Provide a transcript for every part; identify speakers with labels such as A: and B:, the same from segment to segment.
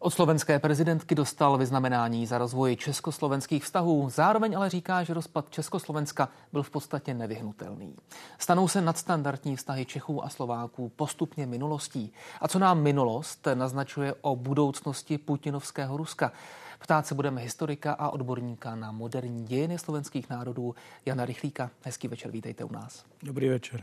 A: Od slovenské prezidentky dostal vyznamenání za rozvoj československých vztahů, zároveň ale říká, že rozpad Československa byl v podstatě nevyhnutelný. Stanou se nadstandardní vztahy Čechů a Slováků postupně minulostí. A co nám minulost naznačuje o budoucnosti putinovského Ruska? Ptát se budeme historika a odborníka na moderní dějiny slovenských národů Jana Rychlíka. Hezký večer, vítejte u nás.
B: Dobrý večer.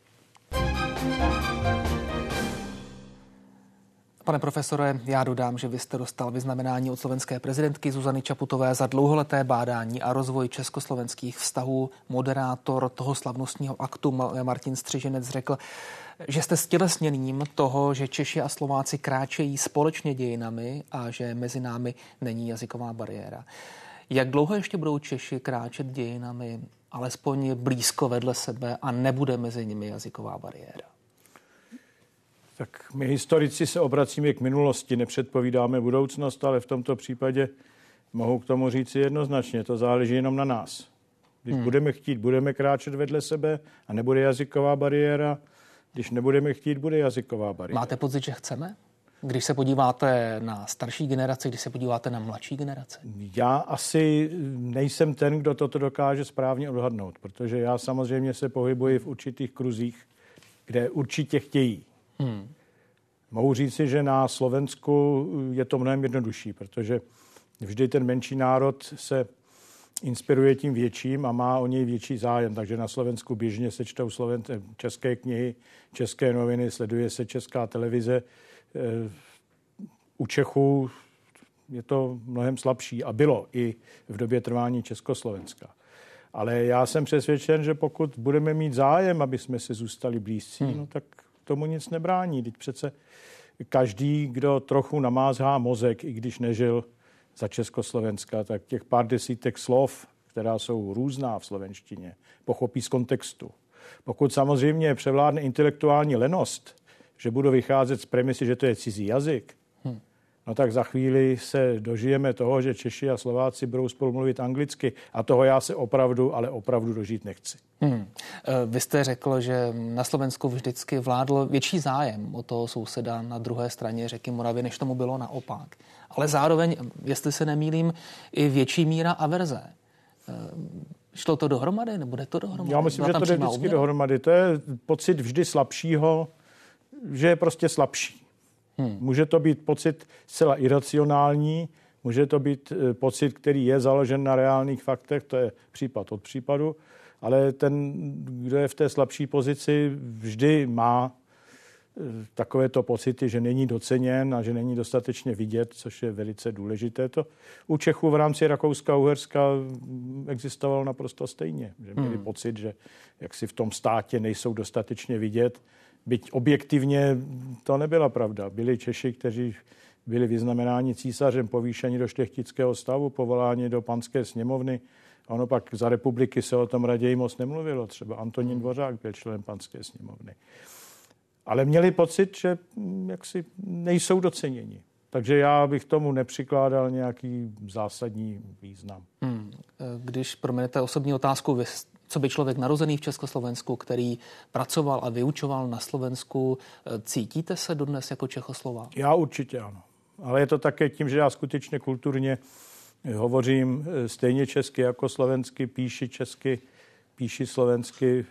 A: Pane profesore, já dodám, že vy jste dostal vyznamenání od slovenské prezidentky Zuzany Čaputové za dlouholeté bádání a rozvoj československých vztahů. Moderátor toho slavnostního aktu Martin Střeženec řekl, že jste stělesněním toho, že Češi a Slováci kráčejí společně dějinami a že mezi námi není jazyková bariéra. Jak dlouho ještě budou Češi kráčet dějinami alespoň blízko vedle sebe a nebude mezi nimi jazyková bariéra?
B: Tak my historici se obracíme k minulosti, nepředpovídáme budoucnost, ale v tomto případě mohu k tomu říci jednoznačně, to záleží jenom na nás. Když budeme chtít, budeme kráčet vedle sebe a nebude jazyková bariéra. Když nebudeme chtít, bude jazyková bariéra.
A: Máte pocit, že chceme? Když se podíváte na starší generaci, když se podíváte na mladší generaci?
B: Já asi nejsem ten, kdo toto dokáže správně odhadnout, protože já samozřejmě se pohybuji v určitých kruzích, kde určitě chtějí. Mohu říci, že na Slovensku je to mnohem jednodušší, protože vždy ten menší národ se inspiruje tím větším a má o něj větší zájem. Takže na Slovensku běžně se čtou české knihy, české noviny, sleduje se česká televize. U Čechů je to mnohem slabší a bylo i v době trvání Československa. Ale já jsem přesvědčen, že pokud budeme mít zájem, aby jsme se zůstali blízcí, no tak tomu nic nebrání. Teď přece každý, kdo trochu namázhá mozek, i když nežil za Československa, tak těch pár desítek slov, která jsou různá v slovenštině, pochopí z kontextu. Pokud samozřejmě převládne intelektuální lenost, že budu vycházet z premisy, že to je cizí jazyk, no tak za chvíli se dožijeme toho, že Češi a Slováci budou spolu mluvit anglicky a toho já se opravdu, ale opravdu dožít nechci.
A: Vy jste řekl, že na Slovensku vždycky vládl větší zájem o toho souseda na druhé straně řeky Moravy, než tomu bylo naopak. Ale zároveň, jestli se nemýlím, i větší míra averze. Šlo to dohromady? Nebude to dohromady?
B: Já myslím, že to jde vždycky dohromady. To je pocit vždy slabšího, že je prostě slabší. Může to být pocit zcela iracionální, může to být pocit, který je založen na reálných faktech, to je případ od případu, ale ten, kdo je v té slabší pozici, vždy má takovéto pocity, že není doceněn a že není dostatečně vidět, což je velice důležité. To u Čechů v rámci Rakouska a Uherska existovalo naprosto stejně, že měli pocit, že jaksi v tom státě nejsou dostatečně vidět. Byť objektivně to nebyla pravda. Byli Češi, kteří byli vyznamenáni císařem, povýšeni do šlechtického stavu, povoláni do panské sněmovny. A ono pak za republiky se o tom raději moc nemluvilo. Třeba Antonín Dvořák byl členem panské sněmovny. Ale měli pocit, že jaksi nejsou doceněni. Takže já bych tomu nepřikládal nějaký zásadní význam.
A: Když proměnete osobní otázku, co by člověk narozený v Československu, který pracoval a vyučoval na Slovensku, cítíte se dodnes jako Čechoslovák?
B: Já určitě ano. Ale je to také tím, že já skutečně kulturně hovořím stejně česky jako slovensky, píši česky, píši slovensky.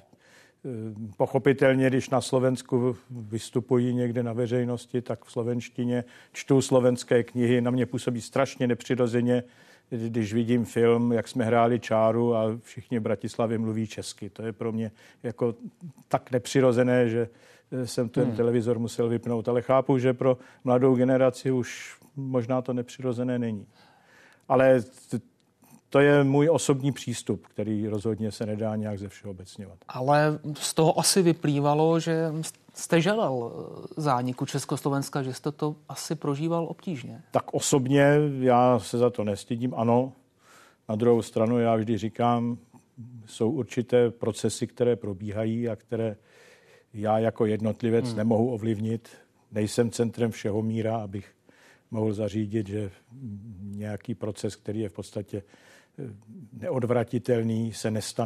B: Pochopitelně, když na Slovensku vystupují někde na veřejnosti, tak v slovenštině čtu slovenské knihy. Na mě působí strašně nepřirozeně, když vidím film, jak jsme hráli čáru a všichni v Bratislavě mluví česky. To je pro mě jako tak nepřirozené, že jsem ten televizor musel vypnout. Ale chápu, že pro mladou generaci už možná to nepřirozené není. Ale to je můj osobní přístup, který rozhodně se nedá nějak zevšeobecňovat.
A: Ale z toho asi vyplývalo, že jste želal zániku Československa, že jste to asi prožíval obtížně.
B: Tak osobně já se za to nestydím, ano. Na druhou stranu já vždy říkám, jsou určité procesy, které probíhají a které já jako jednotlivec nemohu ovlivnit. Nejsem centrem všeho míra, abych mohl zařídit, že nějaký proces, který je v podstatě neodvratitelný, se nestane.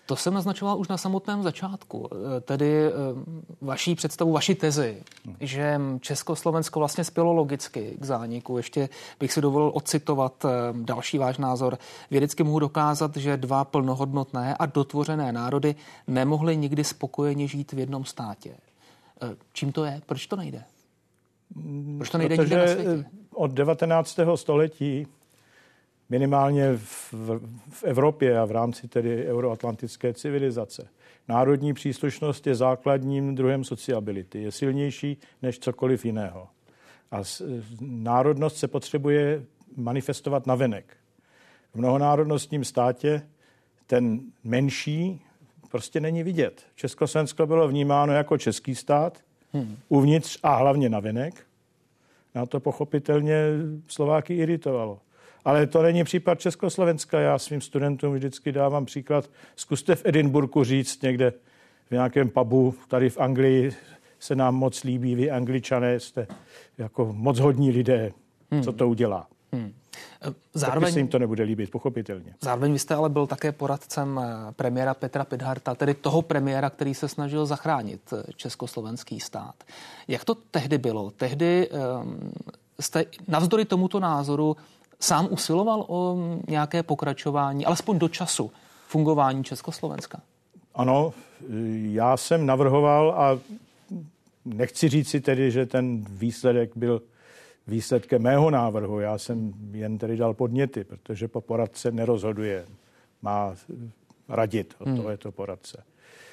A: To jsem naznačoval už na samotném začátku, tedy vaší představu, vaši tezi, že Československo vlastně spělo logicky k zániku. Ještě bych si dovolil ocitovat další váš názor. Vědecky mohu dokázat, že dva plnohodnotné a dotvořené národy nemohly nikdy spokojeně žít v jednom státě. Čím to je? Proč to nejde? Proč to nejde nikde na světě?
B: Od 19. století minimálně v Evropě a v rámci tedy euroatlantické civilizace. Národní příslušnost je základním druhem sociability. Je silnější než cokoliv jiného. A národnost se potřebuje manifestovat navenek. V mnohonárodnostním státě ten menší prostě není vidět. Československo bylo vnímáno jako český stát, uvnitř a hlavně navenek. Na to pochopitelně Slováky iritovalo. Ale to není případ Československa. Já svým studentům vždycky dávám příklad. Zkuste v Edinburghu říct někde v nějakém pubu, tady v Anglii se nám moc líbí, vy Angličané jste jako moc hodní lidé. Co to udělá? Zároveň taky se jim to nebude líbit, pochopitelně.
A: Zároveň vy jste ale byl také poradcem premiéra Petra Pithardta, tedy toho premiéra, který se snažil zachránit československý stát. Jak to tehdy bylo? Tehdy jste navzdory tomuto názoru sám usiloval o nějaké pokračování, alespoň do času fungování Československa?
B: Ano, já jsem navrhoval a nechci říct si tedy, že ten výsledek byl výsledkem mého návrhu. Já jsem jen tedy dal podněty, protože poradce nerozhoduje, má radit, to je to poradce.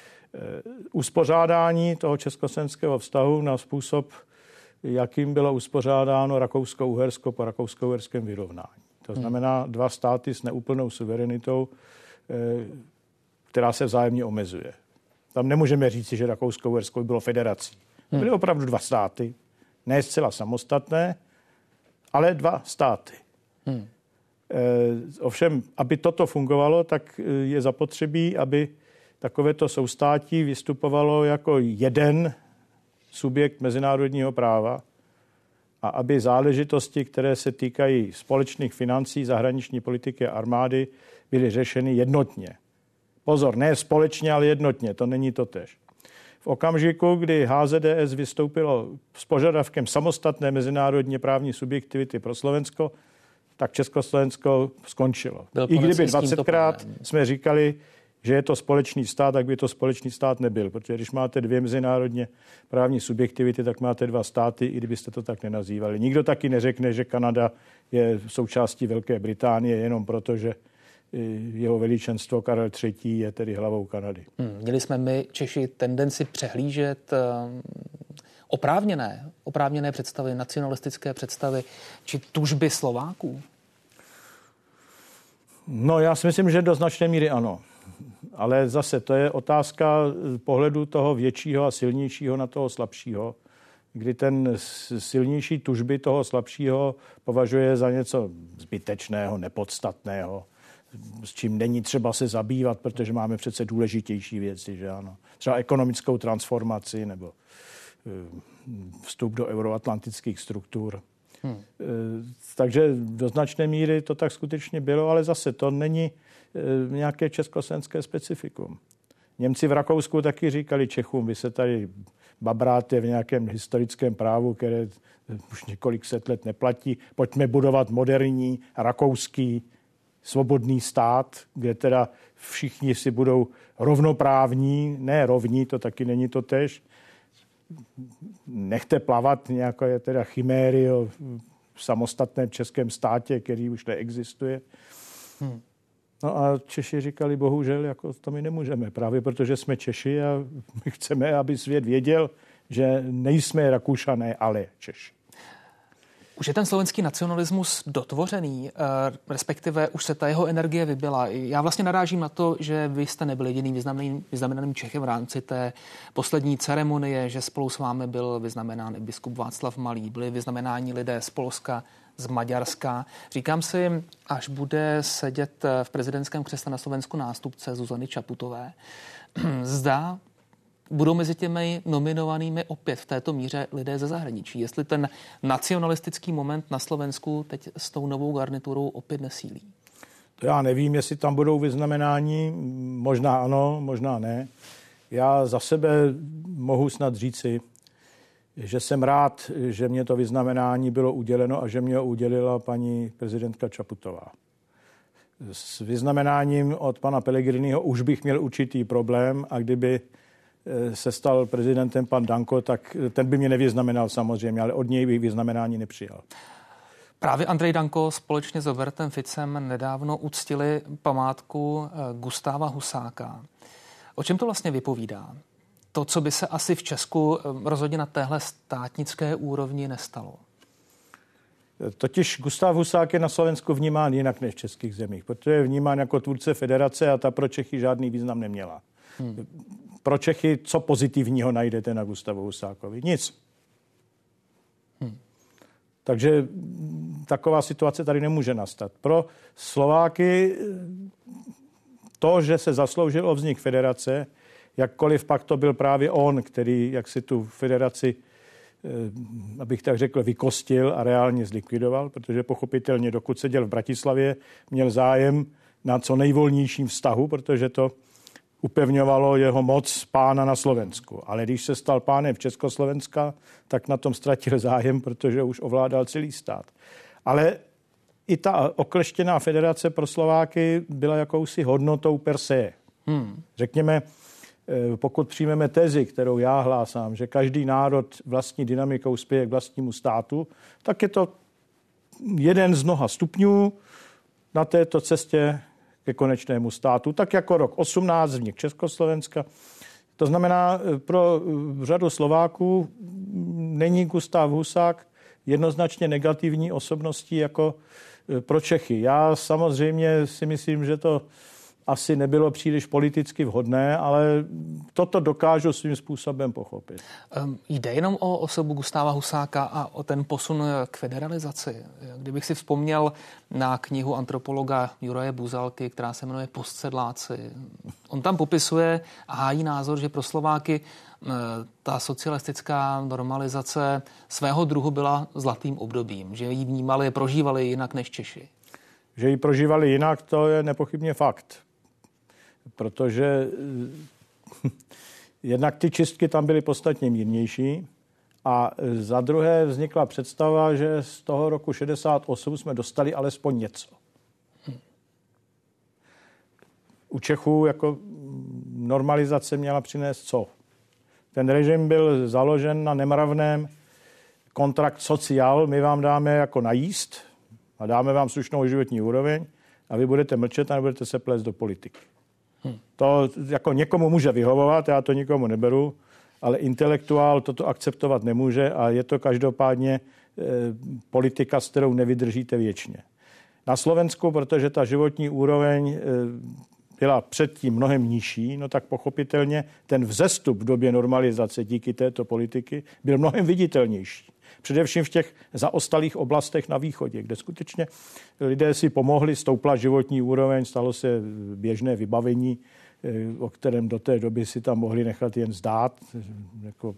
B: Uspořádání toho československého vztahu na způsob, jakým bylo uspořádáno Rakousko-Uhersko po rakousko-uherském vyrovnání. To znamená dva státy s neúplnou suverenitou, která se vzájemně omezuje. Tam nemůžeme říct, že Rakousko-Uhersko bylo federací. Byly opravdu dva státy, ne zcela samostatné, ale dva státy. Ovšem, aby toto fungovalo, tak je zapotřebí, aby takovéto soustátí vystupovalo jako jeden subjekt mezinárodního práva a aby záležitosti, které se týkají společných financí, zahraniční politiky a armády, byly řešeny jednotně. Pozor, ne společně, ale jednotně, to není totéž. V okamžiku, kdy HZDS vystoupilo s požadavkem samostatné mezinárodně právní subjektivity pro Slovensko, tak Československo skončilo. I kdyby 20krát jsme říkali, že je to společný stát, tak by to společný stát nebyl. Protože když máte dvě mezinárodně právní subjektivity, tak máte dva státy, i kdybyste to tak nenazývali. Nikdo taky neřekne, že Kanada je součástí Velké Británie jenom proto, že jeho veličenstvo Karel III. Je tedy hlavou Kanady.
A: Měli jsme my Češi tendenci přehlížet oprávněné představy, nacionalistické představy či tužby Slováků?
B: No, já si myslím, že do značné míry ano. Ale zase to je otázka pohledu toho většího a silnějšího na toho slabšího, kdy ten silnější tužby toho slabšího považuje za něco zbytečného, nepodstatného, s čím není třeba se zabývat, protože máme přece důležitější věci, že ano. Třeba ekonomickou transformaci nebo vstup do euroatlantických struktur. Takže do značné míry to tak skutečně bylo, ale zase to není nějaké československé specifikum. Němci v Rakousku taky říkali Čechům, vy se tady babráte v nějakém historickém právu, které už několik set let neplatí. Pojďme budovat moderní, rakouský, svobodný stát, kde teda všichni si budou rovnoprávní, ne rovní, to taky není to též. Nechte plavat nějaké teda chiméry o samostatném českém státě, který už neexistuje. No a Češi říkali, bohužel, jako to my nemůžeme, právě protože jsme Češi a my chceme, aby svět věděl, že nejsme Rakušané, ale Češi.
A: Už je ten slovenský nacionalismus dotvořený, respektive už se ta jeho energie vybila. Já vlastně narážím na to, že vy jste nebyl jediným vyznamenaným Čechem v rámci té poslední ceremonie, že spolu s vámi byl vyznamenán i biskup Václav Malý, byli vyznamenáni lidé z Polska, z Maďarska. Říkám si, až bude sedět v prezidentském křesle na Slovensku nástupce Zuzany Čaputové, zda budou mezi těmi nominovanými opět v této míře lidé ze zahraničí. Jestli ten nacionalistický moment na Slovensku teď s tou novou garniturou opět nesílí.
B: To já nevím, jestli tam budou vyznamenání, možná ano, možná ne. Já za sebe mohu snad říci, že jsem rád, že mě to vyznamenání bylo uděleno a že mě ho udělila paní prezidentka Čaputová. S vyznamenáním od pana Pellegriniho už bych měl určitý problém a kdyby se stal prezidentem pan Danko, tak ten by mě nevyznamenal samozřejmě, ale od něj bych vyznamenání nepřijal.
A: Právě Andrej Danko společně s Robertem Ficem nedávno uctili památku Gustáva Husáka. O čem to vlastně vypovídá? To, co by se asi v Česku rozhodně na téhle státnické úrovni nestalo.
B: Totiž Gustav Husák je na Slovensku vnímán jinak než v českých zemích, protože je vnímán jako tvůrce federace a ta pro Čechy žádný význam neměla. Pro Čechy co pozitivního najdete na Gustavu Husákovi? Nic. Takže taková situace tady nemůže nastat. Pro Slováky to, že se zasloužil o vznik federace, jakkoliv pak to byl právě on, který jak si tu federaci, abych tak řekl, vykostil a reálně zlikvidoval, protože pochopitelně, dokud seděl v Bratislavě, měl zájem na co nejvolnějším vztahu, protože to upevňovalo jeho moc pána na Slovensku. Ale když se stal pánem Československa, tak na tom ztratil zájem, protože už ovládal celý stát. Ale i ta okleštěná federace pro Slováky byla jakousi hodnotou per se. Řekněme, pokud přijmeme tezi, kterou já hlásám, že každý národ vlastní dynamikou spěje k vlastnímu státu, tak je to jeden z mnoha stupňů na této cestě ke konečnému státu, tak jako rok 18 vznik Československa. To znamená, pro řadu Slováků není Gustav Husák jednoznačně negativní osobností jako pro Čechy. Já samozřejmě si myslím, že to asi nebylo příliš politicky vhodné, ale toto dokážu svým způsobem pochopit.
A: Jde jenom o osobu Gustáva Husáka a o ten posun k federalizaci. Kdybych si vzpomněl na knihu antropologa Juraje Buzalky, která se jmenuje Postsedláci. On tam popisuje a hájí názor, že pro Slováky ta socialistická normalizace svého druhu byla zlatým obdobím, že ji vnímali, prožívali jinak než Češi.
B: Že ji prožívali jinak, to je nepochybně fakt. Protože jednak ty čistky tam byly podstatně mírnější a za druhé vznikla představa, že z toho roku 68 jsme dostali alespoň něco. U Čechů jako normalizace měla přinést co? Ten režim byl založen na nemravném kontrakt social, my vám dáme jako najíst a dáme vám slušnou životní úroveň a vy budete mlčet a nebudete se plést do politiky. To jako někomu může vyhovovat, já to nikomu neberu, ale intelektuál toto akceptovat nemůže a je to každopádně politika, s kterou nevydržíte věčně. Na Slovensku, protože ta životní úroveň byla předtím mnohem nižší, no tak pochopitelně ten vzestup v době normalizace díky této politiky byl mnohem viditelnější. Především v těch zaostalých oblastech na východě, kde skutečně lidé si pomohli, stoupla životní úroveň, stalo se běžné vybavení, o kterém do té doby si tam mohli nechat jen zdát, jako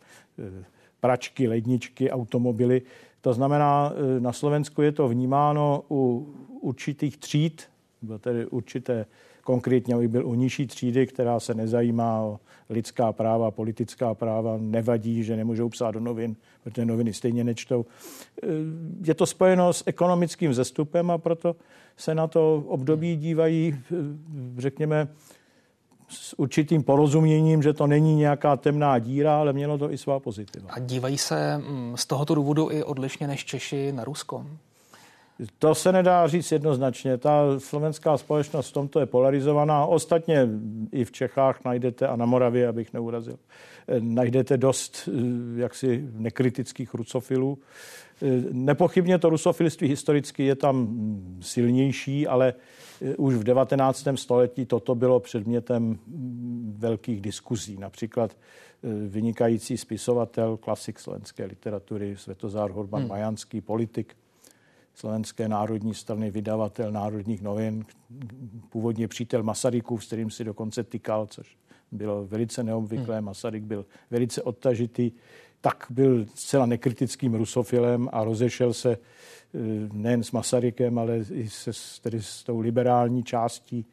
B: pračky, ledničky, automobily. To znamená, na Slovensku je to vnímáno u určitých tříd, tedy určité konkrétně by byl u nižší třídy, která se nezajímá o lidská práva, politická práva, nevadí, že nemůžou psát do novin, protože noviny stejně nečtou. Je to spojeno s ekonomickým vzestupem a proto se na to období dívají, řekněme, s určitým porozuměním, že to není nějaká temná díra, ale mělo to i svá pozitiva. A
A: dívají se z tohoto důvodu i odlišně než Češi na Rusko?
B: To se nedá říct jednoznačně. Ta slovenská společnost v tomto je polarizovaná. Ostatně i v Čechách najdete, a na Moravě, abych neurazil, najdete dost jaksi nekritických rusofilů. Nepochybně to rusofilství historicky je tam silnější, ale už v 19. století toto bylo předmětem velkých diskuzí. Například vynikající spisovatel, klasik slovenské literatury, Svetozár Horban Majanský, politik Slovenské národní strany, vydavatel Národních novin, původně přítel Masarykův, s kterým si dokonce tykal, což bylo velice neobvyklé. Masaryk byl velice odtažitý tak byl zcela nekritickým rusofilem a rozešel se nejen s Masarykem, ale i tedy s tou liberální částí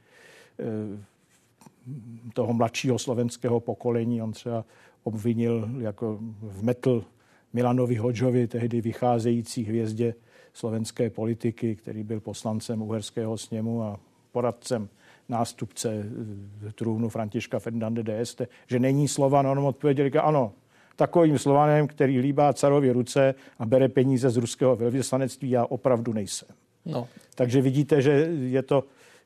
B: toho mladšího slovenského pokolení. On třeba obvinil, jako vmetl Milanovi Hodžovi, tehdy vycházející hvězdě slovenské politiky, který byl poslancem Uherského sněmu a poradcem nástupce trůnu Františka Ferdinanda d'Este, že není Slovan. On odpověděl, že ano, takovým Slovanem, který líbá carovi ruce a bere peníze z ruského velvyslanectví, já opravdu nejsem. No. Takže vidíte, že je to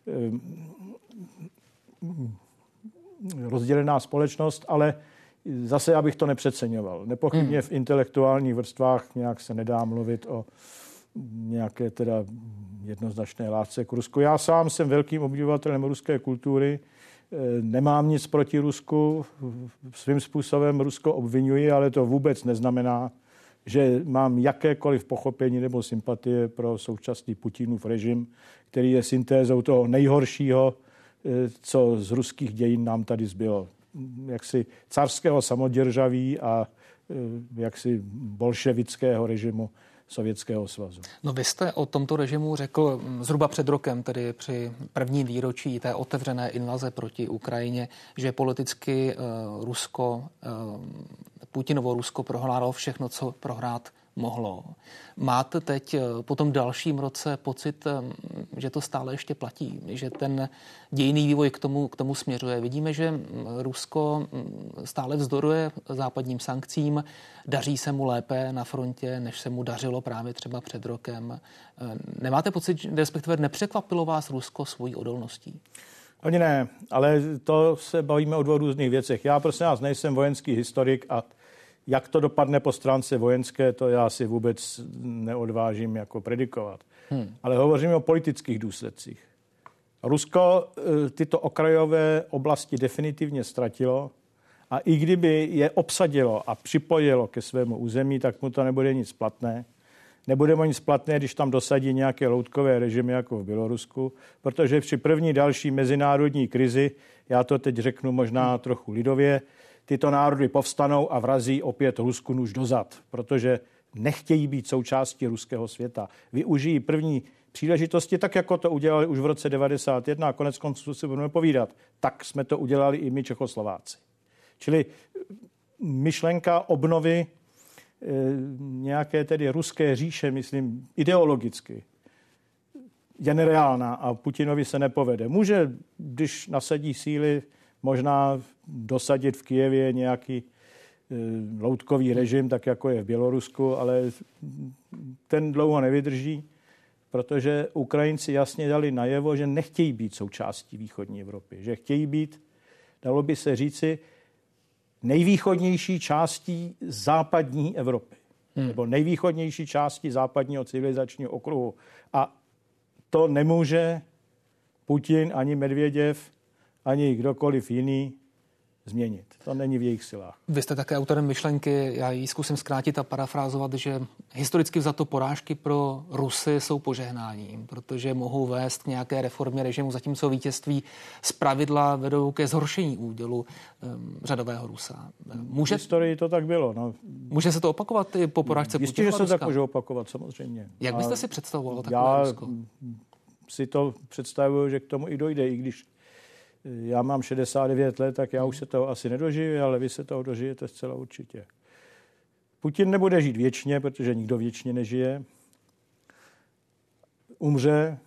B: rozdělená společnost, ale zase abych to nepřeceňoval. Nepochybně v intelektuálních vrstvách nějak se nedá mluvit o nějaké teda jednoznačné lásce k Rusku. Já sám jsem velkým obdivovatelem ruské kultury, nemám nic proti Rusku, svým způsobem Rusko obvinuji, ale to vůbec neznamená, že mám jakékoliv pochopení nebo sympatie pro současný Putinův režim, který je syntézou toho nejhoršího, co z ruských dějin nám tady zbylo. Jaksi carského samoděržaví a jaksi bolševického režimu Sovětského svazu.
A: No vy jste o tomto režimu řekl zhruba před rokem, tedy při prvním výročí té otevřené invaze proti Ukrajině, že politicky Putinovo Rusko prohrálo všechno, co prohrát mohlo. Máte teď po tom dalším roce pocit, že to stále ještě platí, že ten dějinný vývoj k tomu směřuje? Vidíme, že Rusko stále vzdoruje západním sankcím, daří se mu lépe na frontě, než se mu dařilo právě třeba před rokem. Nemáte pocit, respektive nepřekvapilo vás Rusko svojí odolností?
B: Ani ne, ale to se bavíme o dvou různých věcech. Já prostě nejsem vojenský historik a jak to dopadne po stránce vojenské, to já si vůbec neodvážím jako predikovat. Ale hovoříme o politických důsledcích. Rusko tyto okrajové oblasti definitivně ztratilo a i kdyby je obsadilo a připojilo ke svému území, tak mu to nebude nic platné. Nebude mu nic platné, když tam dosadí nějaké loutkové režimy jako v Bělorusku, protože při první další mezinárodní krizi, já to teď řeknu možná trochu lidově, tyto národy povstanou a vrazí opět Rusku nůž dozad, protože nechtějí být součástí ruského světa. Využijí první příležitosti, tak jako to udělali už v roce 1991 a konec konců si budeme povídat. Tak jsme to udělali i my Čechoslováci. Čili myšlenka obnovy nějaké tedy ruské říše, myslím, ideologicky, je nereálná a Putinovi se nepovede. Může, když nasadí síly, možná dosadit v Kyjevě nějaký loutkový režim, tak jako je v Bělorusku, ale ten dlouho nevydrží, protože Ukrajinci jasně dali najevo, že nechtějí být součástí východní Evropy, že chtějí být, dalo by se říci, nejvýchodnější částí západní Evropy, nebo nejvýchodnější částí západního civilizačního okruhu. A to nemůže Putin ani Medvěděv ani kdokoliv jiný změnit. To není v jejich silách.
A: Vy jste také autorem myšlenky, já ji zkusím zkrátit a parafrázovat, že historicky vzato porážky pro Rusy jsou požehnáním, protože mohou vést k nějaké reformě režimu, zatímco vítězství zpravidla vedou ke zhoršení údělu řadového Rusa.
B: V historii to tak bylo. No.
A: Může se to opakovat i po porážce Putina?
B: Jistě, že se tak může opakovat, samozřejmě.
A: Jak byste si představoval takové Rusko?
B: Já si to představuju, že k tomu i dojde, i když já mám 69 let, tak já už se toho asi nedožiju, ale vy se toho dožijete zcela určitě. Putin nebude žít věčně, protože nikdo věčně nežije. Umře,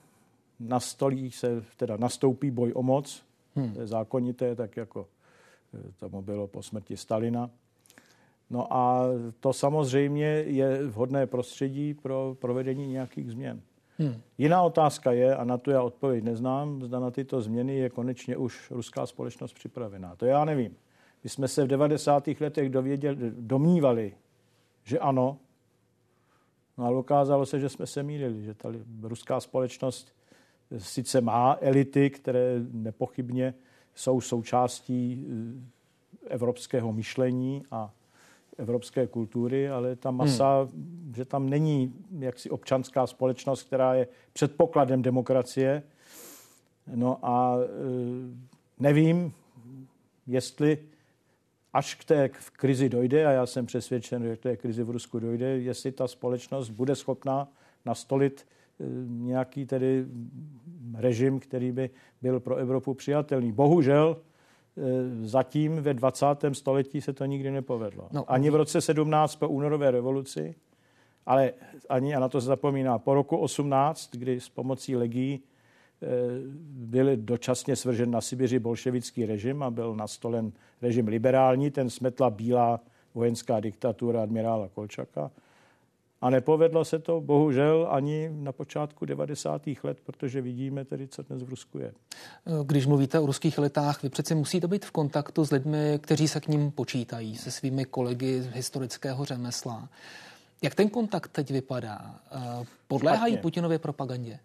B: nastoupí boj o moc. To je zákonité, tak jako tomu bylo po smrti Stalina. No a to samozřejmě je vhodné prostředí pro provedení nějakých změn. Jiná otázka je, a na to já odpověď neznám, zda na tyto změny je konečně už ruská společnost připravená. To já nevím. My jsme se v 90. letech domnívali, že ano, no ale ukázalo se, že jsme se mýlili, že ta ruská společnost sice má elity, které nepochybně jsou součástí evropského myšlení a evropské kultury, ale ta masa, že tam není jaksi občanská společnost, která je předpokladem demokracie. No a nevím, jestli až k té krizi dojde, a já jsem přesvědčen, že k té krizi v Rusku dojde, jestli ta společnost bude schopná nastolit nějaký tedy režim, který by byl pro Evropu přijatelný. Bohužel zatím ve 20. století se to nikdy nepovedlo. No. Ani v roce 17 po únorové revoluci, ale ani, a na to se zapomíná, po roku 18, kdy s pomocí legií byl dočasně svržen na Sibiři bolševický režim a byl nastolen režim liberální, ten smetla bílá vojenská diktatura admirála Kolčaka. A nepovedlo se to bohužel ani na počátku 90. let, protože vidíme tedy, co dnes v Rusku je.
A: Když mluvíte o ruských elitách, vy přeci musíte být v kontaktu s lidmi, kteří se k ním počítají, se svými kolegy z historického řemesla. Jak ten kontakt teď vypadá? Podléhají Putinově propagandě?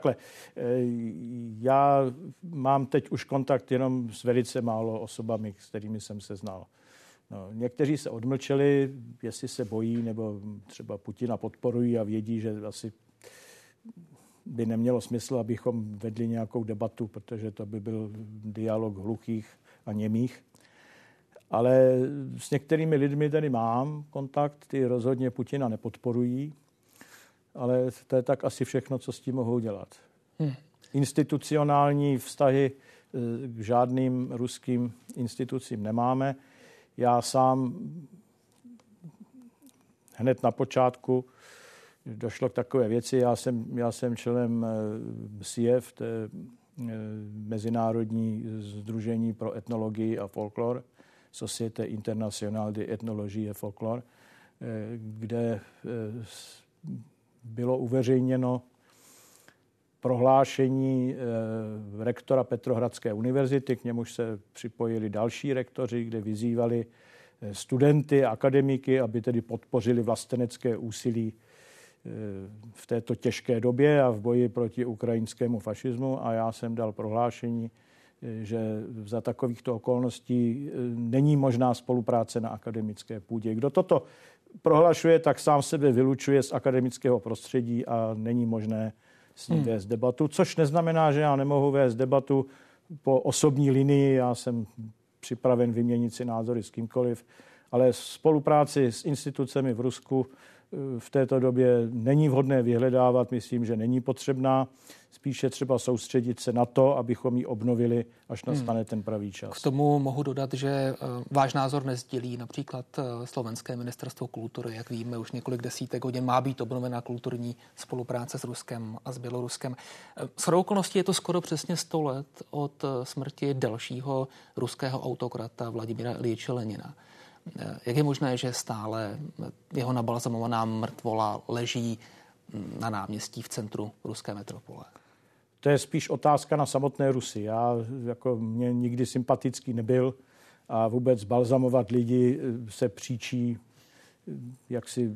B: Já mám teď už kontakt jenom s velice málo osobami, s kterými jsem se znal. No, někteří se odmlčeli, jestli se bojí, nebo třeba Putina podporují a vědí, že asi by nemělo smysl, abychom vedli nějakou debatu, protože to by byl dialog hluchých a němých. Ale s některými lidmi tady mám kontakt, ty rozhodně Putina nepodporují, ale to je tak asi všechno, co s tím mohou dělat. Institucionální vztahy k žádným ruským institucím nemáme. Já sám hned na počátku došlo k takové věci. Já jsem členem SIEF, to je Mezinárodní sdružení pro etnologii a folklor, Société Internationale de Ethnologie et Folklore, kde bylo uveřejněno prohlášení rektora Petrohradské univerzity, k němuž se připojili další rektoři, kde vyzývali studenty, akademiky, aby tedy podpořili vlastenecké úsilí v této těžké době a v boji proti ukrajinskému fašismu. A já jsem dal prohlášení, že za takovýchto okolností není možná spolupráce na akademické půdě. Kdo toto prohlašuje, tak sám sebe vylučuje z akademického prostředí a není možné s ním vést debatu, což neznamená, že já nemohu vést debatu po osobní linii. Já jsem připraven vyměnit si názory s kýmkoliv, ale spolupráci s institucemi v Rusku v této době není vhodné vyhledávat, myslím, že není potřebná. Spíše třeba soustředit se na to, abychom ji obnovili, až nastane ten pravý čas.
A: K tomu mohu dodat, že váš názor nesdělí například Slovenské ministerstvo kultury. Jak víme, už několik desítek hodin má být obnovená kulturní spolupráce s Ruskem a s Běloruskem. Shodou okolností je to skoro přesně 100 let od smrti dalšího ruského autokrata Vladimira Iljiče Lenina. Jak je možné, že stále jeho nabalzamovaná mrtvola leží na náměstí v centru ruské metropole?
B: To je spíš otázka na samotné Rusy. Mě nikdy sympatický nebyl a vůbec balzamovat lidi se příčí jaksi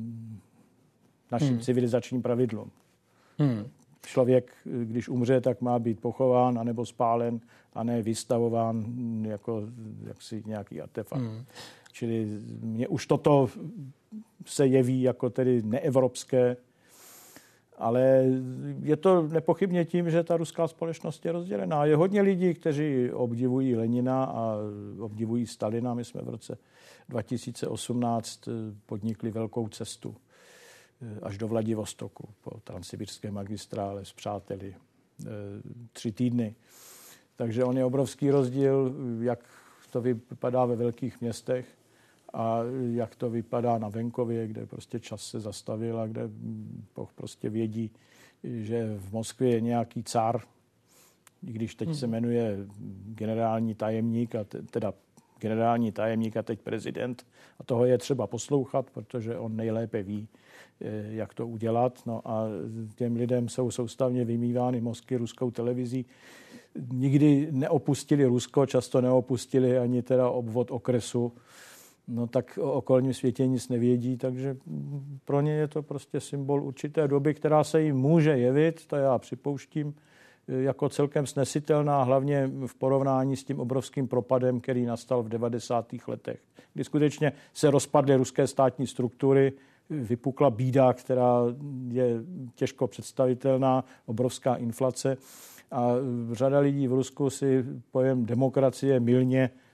B: našim civilizačním pravidlům. Člověk, když umře, tak má být pochován anebo spálen a ne vystavován jako jaksi nějaký artefakt. Čili mně už toto se jeví jako tedy neevropské, ale je to nepochybně tím, že ta ruská společnost je rozdělená. Je hodně lidí, kteří obdivují Lenina a obdivují Stalina. My jsme v roce 2018 podnikli velkou cestu až do Vladivostoku po transsibirské magistrále s přáteli 3 týdny. Takže on je obrovský rozdíl, jak to vypadá ve velkých městech a jak to vypadá na venkově, kde prostě čas se zastavil a kde prostě vědí, že v Moskvě je nějaký car, i když teď se jmenuje generální tajemník, generální tajemník a teď prezident. A toho je třeba poslouchat, protože on nejlépe ví, jak to udělat. No a těm lidem jsou soustavně vymývány mozky ruskou televizí. Nikdy neopustili Rusko, často neopustili ani teda obvod okresu. No tak o okolním světě nic nevědí, takže pro ně je to prostě symbol určité doby, která se jim může jevit, to já připouštím, jako celkem snesitelná, hlavně v porovnání s tím obrovským propadem, který nastal v 90. letech, kdy skutečně se rozpadly ruské státní struktury, vypukla bída, která je těžko představitelná, obrovská inflace a řada lidí v Rusku si pojem demokracie mylně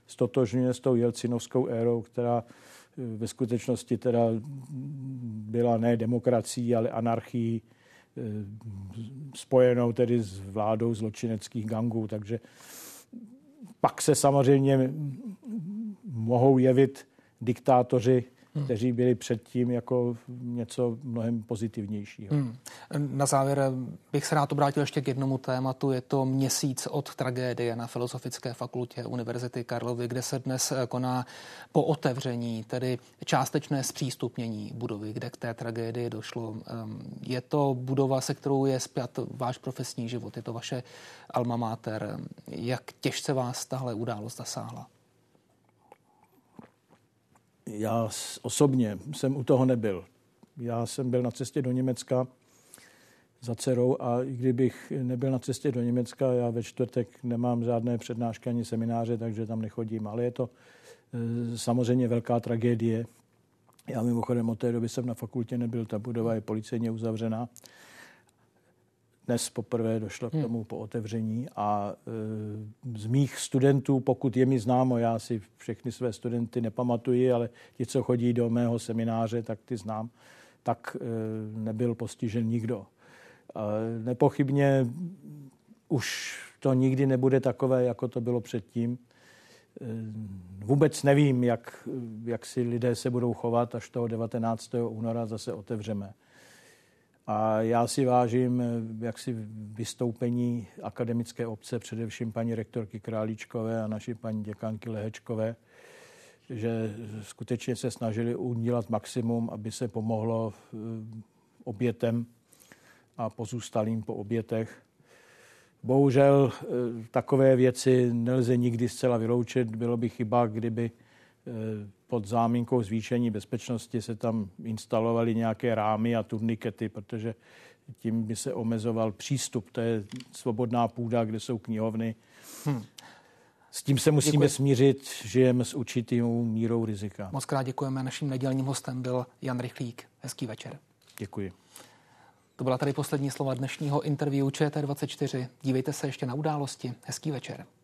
B: stotožňuje s tou jelcinovskou érou, která ve skutečnosti teda byla ne demokracií, ale anarchií, spojenou tedy s vládou zločineckých gangů. Takže pak se samozřejmě mohou jevit diktátoři, kteří byli předtím jako něco mnohem pozitivnějšího.
A: Na závěr bych se rád obrátil ještě k jednomu tématu. Je to měsíc od tragédie na Filozofické fakultě Univerzity Karlovy, kde se dnes koná po otevření, tedy částečné zpřístupnění budovy, kde k té tragédii došlo. Je to budova, se kterou je spjat váš profesní život, je to vaše alma mater. Jak těžce vás tahle událost zasáhla?
B: Já osobně jsem u toho nebyl. Já jsem byl na cestě do Německa za dcerou a i kdybych nebyl na cestě do Německa, já ve čtvrtek nemám žádné přednášky ani semináře, takže tam nechodím. Ale je to samozřejmě velká tragédie. Já mimochodem od té doby jsem na fakultě nebyl, ta budova je policejně uzavřená. Dnes poprvé došlo k tomu po otevření a z mých studentů, pokud je mi známo, já si všechny své studenty nepamatuji, ale ti, co chodí do mého semináře, tak ty znám, tak nebyl postižen nikdo. Nepochybně už to nikdy nebude takové, jako to bylo předtím. Vůbec nevím, jak si lidé se budou chovat, až toho 19. února zase otevřeme. A já si vážím jaksi vystoupení akademické obce, především paní rektorky Králíčkové a naší paní děkanky Lehečkové, že skutečně se snažili udělat maximum, aby se pomohlo obětem a pozůstalým po obětech. Bohužel takové věci nelze nikdy zcela vyloučit. Bylo by chyba, kdyby pod záminkou zvýšení bezpečnosti se tam instalovaly nějaké rámy a turnikety, protože tím by se omezoval přístup. To je svobodná půda, kde jsou knihovny. S tím se musíme smířit, žijeme s určitou mírou rizika.
A: Moc krát děkujeme. Naším nedělním hostem byl Jan Rychlík. Hezký večer.
B: Děkuji.
A: To byla tady poslední slova dnešního interview ČT24. Dívejte se ještě na Události. Hezký večer.